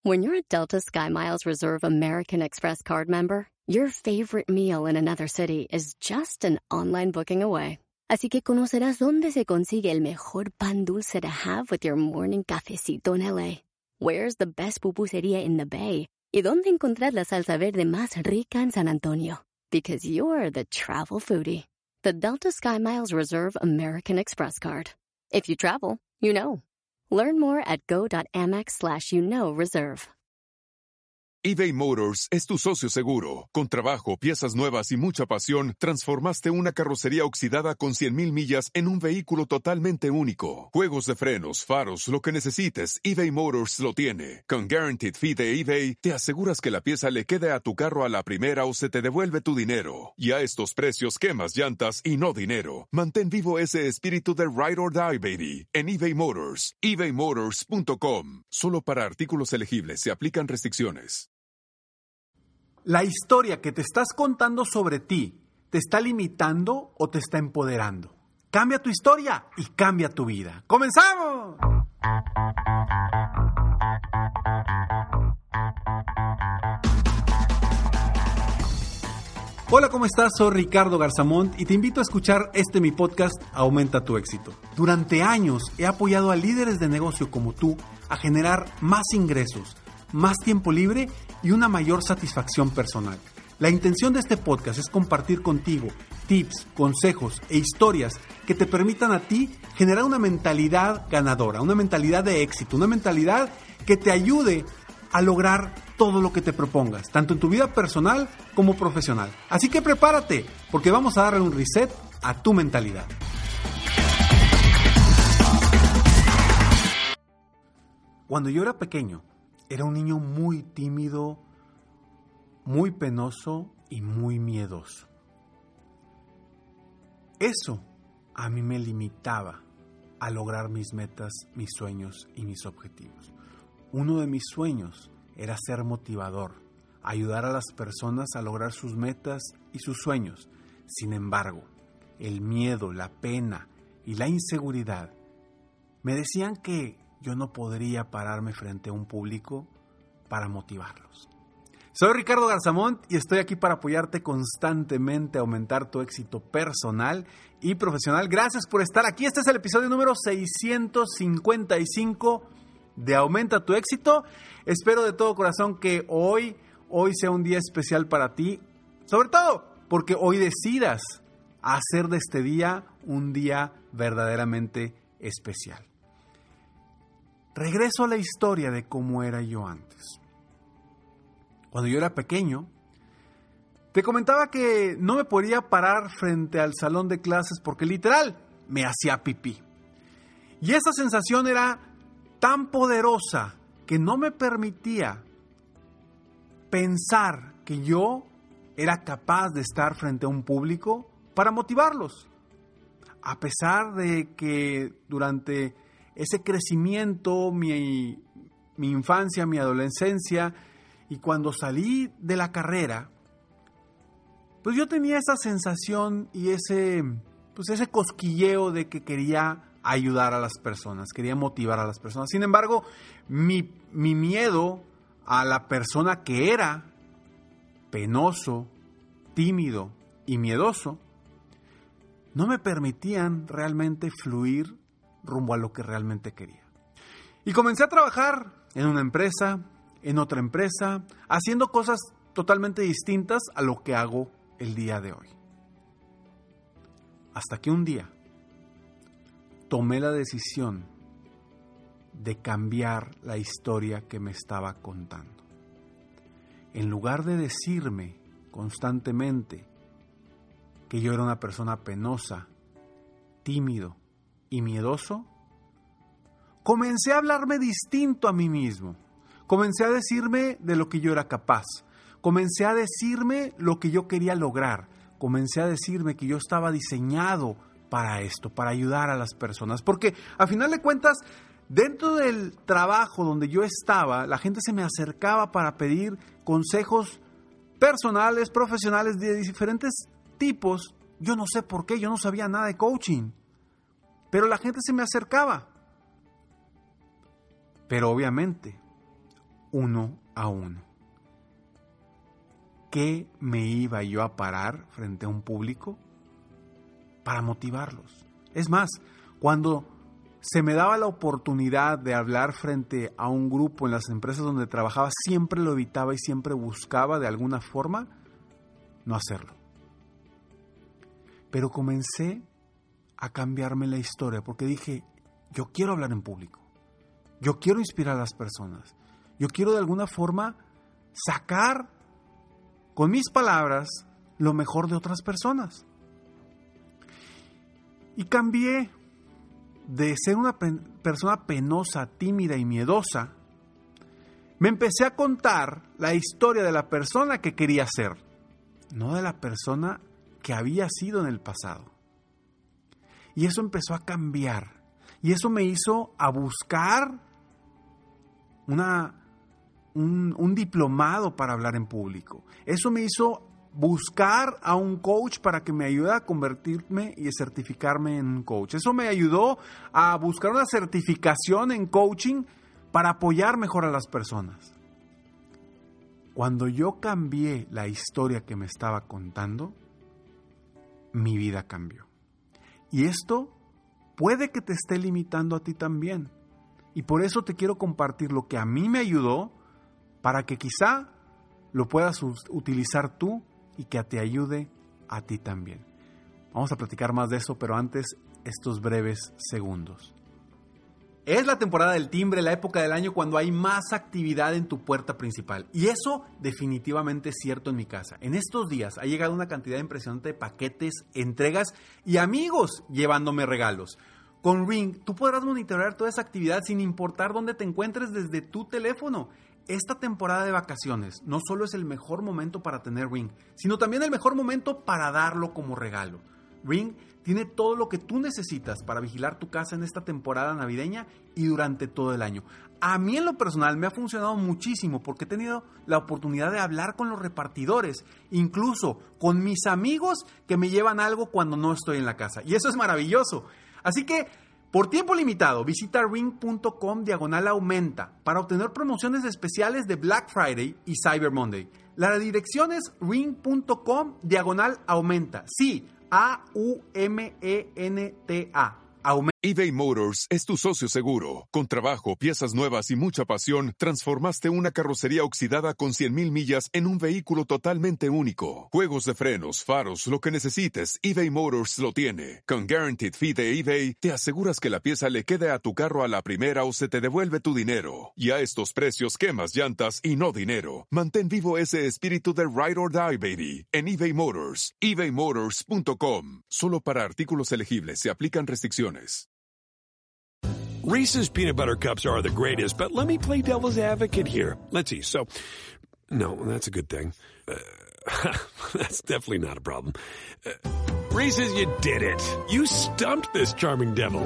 When you're a Delta SkyMiles Reserve American Express card member, your favorite meal in another city is just an online booking away. Así que conocerás dónde se consigue el mejor pan dulce to have with your morning cafecito en LA. Where's the best pupusería in the Bay? Y dónde encontrar la salsa verde más rica en San Antonio. Because you're the travel foodie. The Delta SkyMiles Reserve American Express card. If you travel, you know. Learn more at go.amex/reserve. eBay Motors es tu socio seguro. Con trabajo, piezas nuevas y mucha pasión, transformaste una carrocería oxidada con 100,000 millas en un vehículo totalmente único. Juegos de frenos, faros, lo que necesites, eBay Motors lo tiene. Con Guaranteed Fee de eBay, te aseguras que la pieza le quede a tu carro a la primera o se te devuelve tu dinero. Y a estos precios, quemas llantas y no dinero. Mantén vivo ese espíritu de Ride or Die, baby, en eBay Motors. ebaymotors.com. Solo para artículos elegibles se aplican restricciones. ¿La historia que te estás contando sobre ti te está limitando o te está empoderando? Cambia tu historia y cambia tu vida. ¡Comenzamos! Hola, ¿cómo estás? Soy Ricardo Garzamont y te invito a escuchar mi podcast Aumenta tu éxito. Durante años he apoyado a líderes de negocio como tú a generar más ingresos, más tiempo libre y una mayor satisfacción personal. La intención de este podcast es compartir contigo tips, consejos e historias que te permitan a ti generar una mentalidad ganadora, una mentalidad de éxito, una mentalidad que te ayude a lograr todo lo que te propongas, tanto en tu vida personal como profesional. Así que prepárate, porque vamos a darle un reset a tu mentalidad. Cuando yo era pequeño, era un niño muy tímido, muy penoso y muy miedoso. Eso a mí me limitaba a lograr mis metas, mis sueños y mis objetivos. Uno de mis sueños era ser motivador, ayudar a las personas a lograr sus metas y sus sueños. Sin embargo, el miedo, la pena y la inseguridad me decían que yo no podría pararme frente a un público para motivarlos. Soy Ricardo Garzamont y estoy aquí para apoyarte constantemente a aumentar tu éxito personal y profesional. Gracias por estar aquí. Este es el episodio número 655 de Aumenta tu éxito. Espero de todo corazón que hoy sea un día especial para ti, sobre todo porque hoy decidas hacer de este día un día verdaderamente especial. Regreso a la historia de cómo era yo antes. Cuando yo era pequeño, te comentaba que no me podía parar frente al salón de clases porque literal me hacía pipí. Y esa sensación era tan poderosa que no me permitía pensar que yo era capaz de estar frente a un público para motivarlos. A pesar de que durante ese crecimiento, mi infancia, mi adolescencia, y cuando salí de la carrera, pues yo tenía esa sensación y ese cosquilleo de que quería ayudar a las personas, quería motivar a las personas. Sin embargo, mi miedo a la persona que era penoso, tímido y miedoso, no me permitían realmente fluir rumbo a lo que realmente quería. Y comencé a trabajar en una empresa, en otra empresa, haciendo cosas totalmente distintas a lo que hago el día de hoy. Hasta que un día tomé la decisión de cambiar la historia que me estaba contando. En lugar de decirme constantemente que yo era una persona penosa, tímido y miedoso, comencé a hablarme distinto a mí mismo. Comencé a decirme de lo que yo era capaz. Comencé a decirme lo que yo quería lograr. Comencé a decirme que yo estaba diseñado para esto, para ayudar a las personas. Porque a final de cuentas, dentro del trabajo donde yo estaba, la gente se me acercaba para pedir consejos personales, profesionales de diferentes tipos. Yo no sé por qué, yo no sabía nada de coaching. Pero la gente se me acercaba. Pero obviamente, uno a uno. ¿Qué me iba yo a parar frente a un público para motivarlos? Es más, cuando se me daba la oportunidad de hablar frente a un grupo en las empresas donde trabajaba, siempre lo evitaba y siempre buscaba de alguna forma no hacerlo. Pero comencé a cambiarme la historia porque dije, yo quiero hablar en público, yo quiero inspirar a las personas, yo quiero de alguna forma sacar con mis palabras lo mejor de otras personas. Y cambié de ser una persona penosa, tímida y miedosa. Me empecé a contar la historia de la persona que quería ser, no de la persona que había sido en el pasado. Y eso empezó a cambiar. Y eso me hizo a buscar un diplomado para hablar en público. Eso me hizo buscar a un coach para que me ayude a convertirme y certificarme en un coach. Eso me ayudó a buscar una certificación en coaching para apoyar mejor a las personas. Cuando yo cambié la historia que me estaba contando, mi vida cambió. Y esto puede que te esté limitando a ti también. Y por eso te quiero compartir lo que a mí me ayudó para que quizá lo puedas utilizar tú y que te ayude a ti también. Vamos a platicar más de eso, pero antes estos breves segundos. Es la temporada del timbre, la época del año cuando hay más actividad en tu puerta principal. Y eso definitivamente es cierto en mi casa. En estos días ha llegado una cantidad impresionante de paquetes, entregas y amigos llevándome regalos. Con Ring, tú podrás monitorear toda esa actividad sin importar dónde te encuentres desde tu teléfono. Esta temporada de vacaciones no solo es el mejor momento para tener Ring, sino también el mejor momento para darlo como regalo. Ring tiene todo lo que tú necesitas para vigilar tu casa en esta temporada navideña y durante todo el año. A mí en lo personal me ha funcionado muchísimo porque he tenido la oportunidad de hablar con los repartidores, incluso con mis amigos que me llevan algo cuando no estoy en la casa. Y eso es maravilloso. Así que, por tiempo limitado, visita ring.com/aumenta para obtener promociones especiales de Black Friday y Cyber Monday. La dirección es ring.com/aumenta. Sí, AUMENTA. eBay Motors es tu socio seguro. Con trabajo, piezas nuevas y mucha pasión, transformaste una carrocería oxidada con 100,000 millas en un vehículo totalmente único. Juegos de frenos, faros, lo que necesites, eBay Motors lo tiene. Con Guaranteed Fee de eBay, te aseguras que la pieza le quede a tu carro a la primera o se te devuelve tu dinero. Y a estos precios, quemas llantas y no dinero. Mantén vivo ese espíritu de Ride or Die, baby, en eBay Motors. ebaymotors.com. Solo para artículos elegibles se aplican restricciones. Reese's Peanut Butter Cups are the greatest, but let me play devil's advocate here. Let's see. So, no, that's a good thing. That's definitely not a problem. Reese's, you did it. You stumped this charming devil.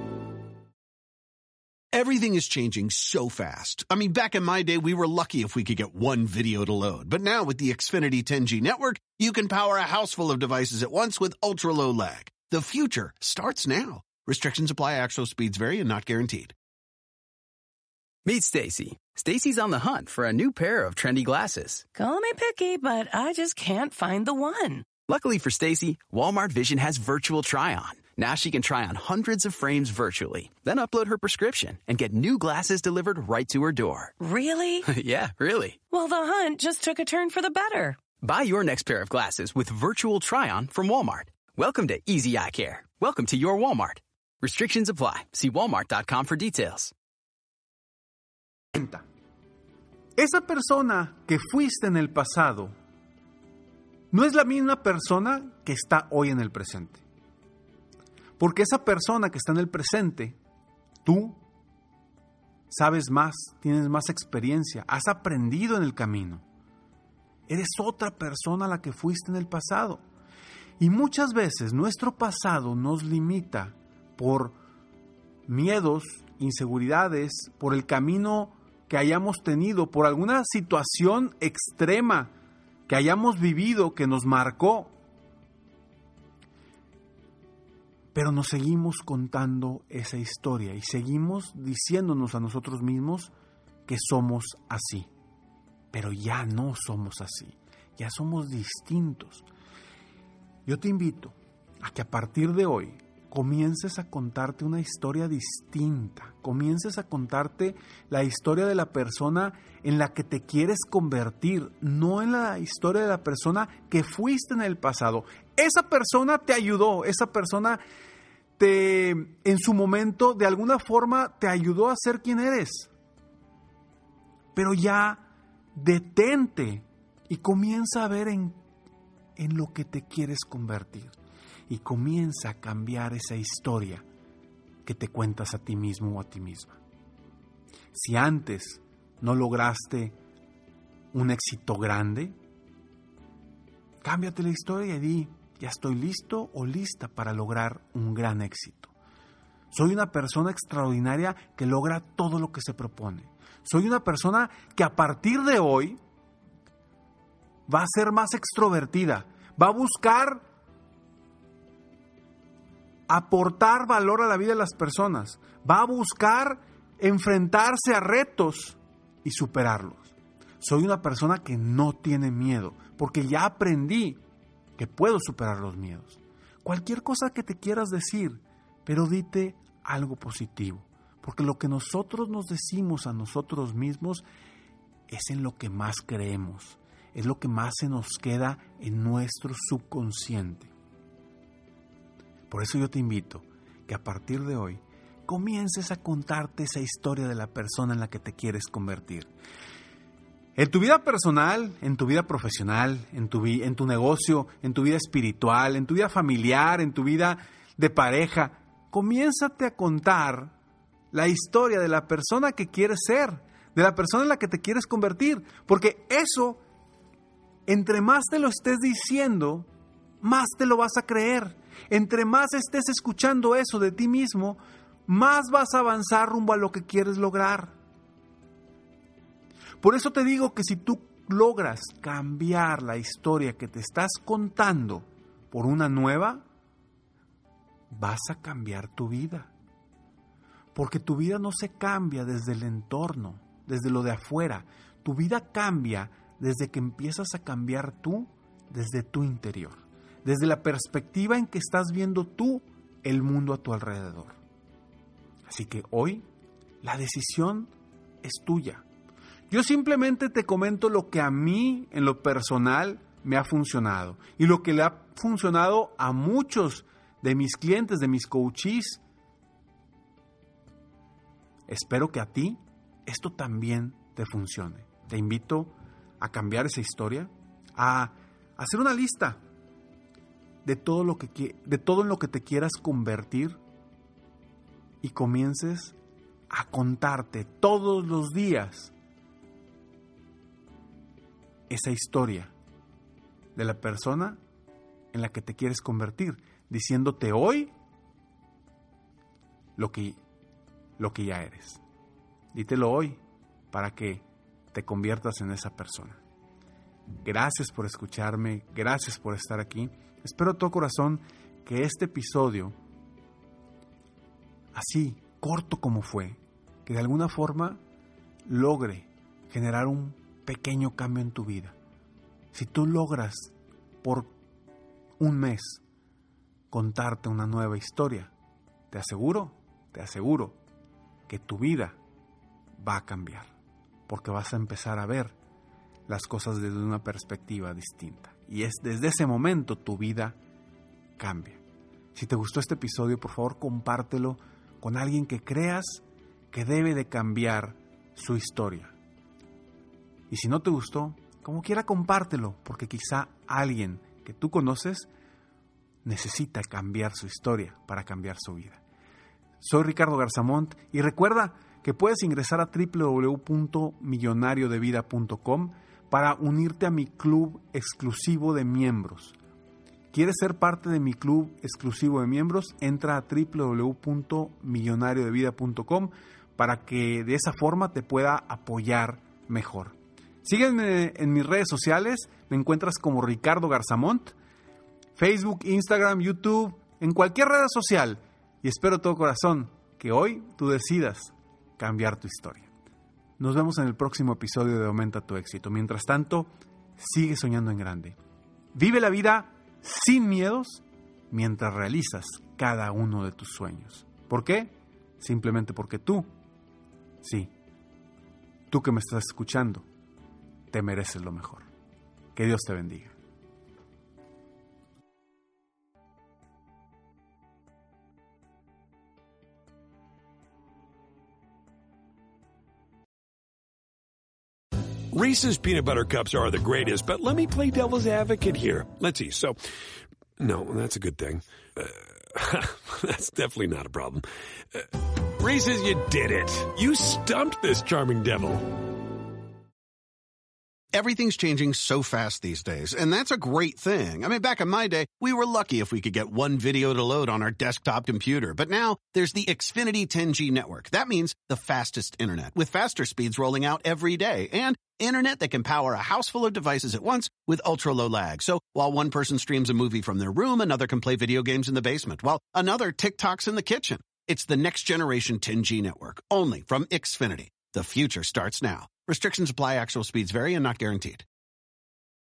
Everything is changing so fast. I mean, back in my day, we were lucky if we could get one video to load. But now with the Xfinity 10G network, you can power a house full of devices at once with ultra-low lag. The future starts now. Restrictions apply. Actual speeds vary and not guaranteed. Meet Stacy. Stacy's on the hunt for a new pair of trendy glasses. Call me picky, but I just can't find the one. Luckily for Stacy, Walmart Vision has virtual try-on. Now she can try on hundreds of frames virtually, then upload her prescription and get new glasses delivered right to her door. Really? Yeah, really. Well, the hunt just took a turn for the better. Buy your next pair of glasses with virtual try-on from Walmart. Welcome to Easy Eye Care. Welcome to your Walmart. Restrictions apply. See walmart.com for details. Esa persona que fuiste en el pasado no es la misma persona que está hoy en el presente. Porque esa persona que está en el presente, tú sabes más, tienes más experiencia, has aprendido en el camino. Eres otra persona a la que fuiste en el pasado. Y muchas veces nuestro pasado nos limita por miedos, inseguridades, por el camino que hayamos tenido, por alguna situación extrema que hayamos vivido, que nos marcó. Pero nos seguimos contando esa historia y seguimos diciéndonos a nosotros mismos que somos así. Pero ya no somos así, ya somos distintos. Yo te invito a que a partir de hoy comiences a contarte una historia distinta, comiences a contarte la historia de la persona en la que te quieres convertir, no en la historia de la persona que fuiste en el pasado. Esa persona te ayudó, esa persona en su momento de alguna forma te ayudó a ser quien eres. Pero ya detente y comienza a ver en lo que te quieres convertir. Y comienza a cambiar esa historia que te cuentas a ti mismo o a ti misma. Si antes no lograste un éxito grande, cámbiate la historia y di, ya estoy listo o lista para lograr un gran éxito. Soy una persona extraordinaria que logra todo lo que se propone. Soy una persona que a partir de hoy va a ser más extrovertida, va a buscar aportar valor a la vida de las personas, va a buscar enfrentarse a retos y superarlos. Soy una persona que no tiene miedo, porque ya aprendí que puedo superar los miedos. Cualquier cosa que te quieras decir, pero dite algo positivo, porque lo que nosotros nos decimos a nosotros mismos es en lo que más creemos, es lo que más se nos queda en nuestro subconsciente. Por eso yo te invito que a partir de hoy comiences a contarte esa historia de la persona en la que te quieres convertir. En tu vida personal, en tu vida profesional, en tu negocio, en tu vida espiritual, en tu vida familiar, en tu vida de pareja, comiénzate a contar la historia de la persona que quieres ser, de la persona en la que te quieres convertir, porque eso, entre más te lo estés diciendo, más te lo vas a creer. Entre más estés escuchando eso de ti mismo, más vas a avanzar rumbo a lo que quieres lograr. Por eso te digo que si tú logras cambiar la historia que te estás contando por una nueva, vas a cambiar tu vida. Porque tu vida no se cambia desde el entorno, desde lo de afuera. Tu vida cambia desde que empiezas a cambiar tú desde tu interior. Desde la perspectiva en que estás viendo tú el mundo a tu alrededor. Así que hoy la decisión es tuya. Yo simplemente te comento lo que a mí en lo personal me ha funcionado y lo que le ha funcionado a muchos de mis clientes, de mis coaches. Espero que a ti esto también te funcione. Te invito a cambiar esa historia, a hacer una lista de todo en lo que te quieras convertir y comiences a contarte todos los días esa historia de la persona en la que te quieres convertir, diciéndote hoy lo que ya eres. Dítelo hoy para que te conviertas en esa persona. Gracias por escucharme, gracias por estar aquí. Espero de todo corazón que este episodio, así corto como fue, que de alguna forma logre generar un pequeño cambio en tu vida. Si tú logras por un mes contarte una nueva historia, te aseguro que tu vida va a cambiar, porque vas a empezar a ver las cosas desde una perspectiva distinta. Y es desde ese momento tu vida cambia. Si te gustó este episodio, por favor, compártelo con alguien que creas que debe de cambiar su historia. Y si no te gustó, como quiera, compártelo, porque quizá alguien que tú conoces necesita cambiar su historia para cambiar su vida. Soy Ricardo Garzamont y recuerda que puedes ingresar a www.millonariodevida.com para unirte a mi club exclusivo de miembros. ¿Quieres ser parte de mi club exclusivo de miembros? Entra a www.millonariodevida.com para que de esa forma te pueda apoyar mejor. Sígueme en mis redes sociales, me encuentras como Ricardo Garzamont, Facebook, Instagram, YouTube, en cualquier red social. Y espero de todo corazón que hoy tú decidas cambiar tu historia. Nos vemos en el próximo episodio de Aumenta tu éxito. Mientras tanto, sigue soñando en grande. Vive la vida sin miedos mientras realizas cada uno de tus sueños. ¿Por qué? Simplemente porque tú, sí, tú que me estás escuchando, te mereces lo mejor. Que Dios te bendiga. Reese's peanut butter cups are the greatest, but let me play devil's advocate here. Let's see. So, no, that's a good thing. That's definitely not a problem. Reese's, you did it. You stumped this charming devil. Everything's changing so fast these days, and that's a great thing. I mean, back in my day, we were lucky if we could get one video to load on our desktop computer. But now, there's the Xfinity 10G network. That means the fastest internet, with faster speeds rolling out every day, and internet that can power a house full of devices at once with ultra-low lag. So, while one person streams a movie from their room, another can play video games in the basement, while another TikToks in the kitchen. It's the next generation 10G network, only from Xfinity. The future starts now. Restrictions apply. Actual speeds vary and not guaranteed.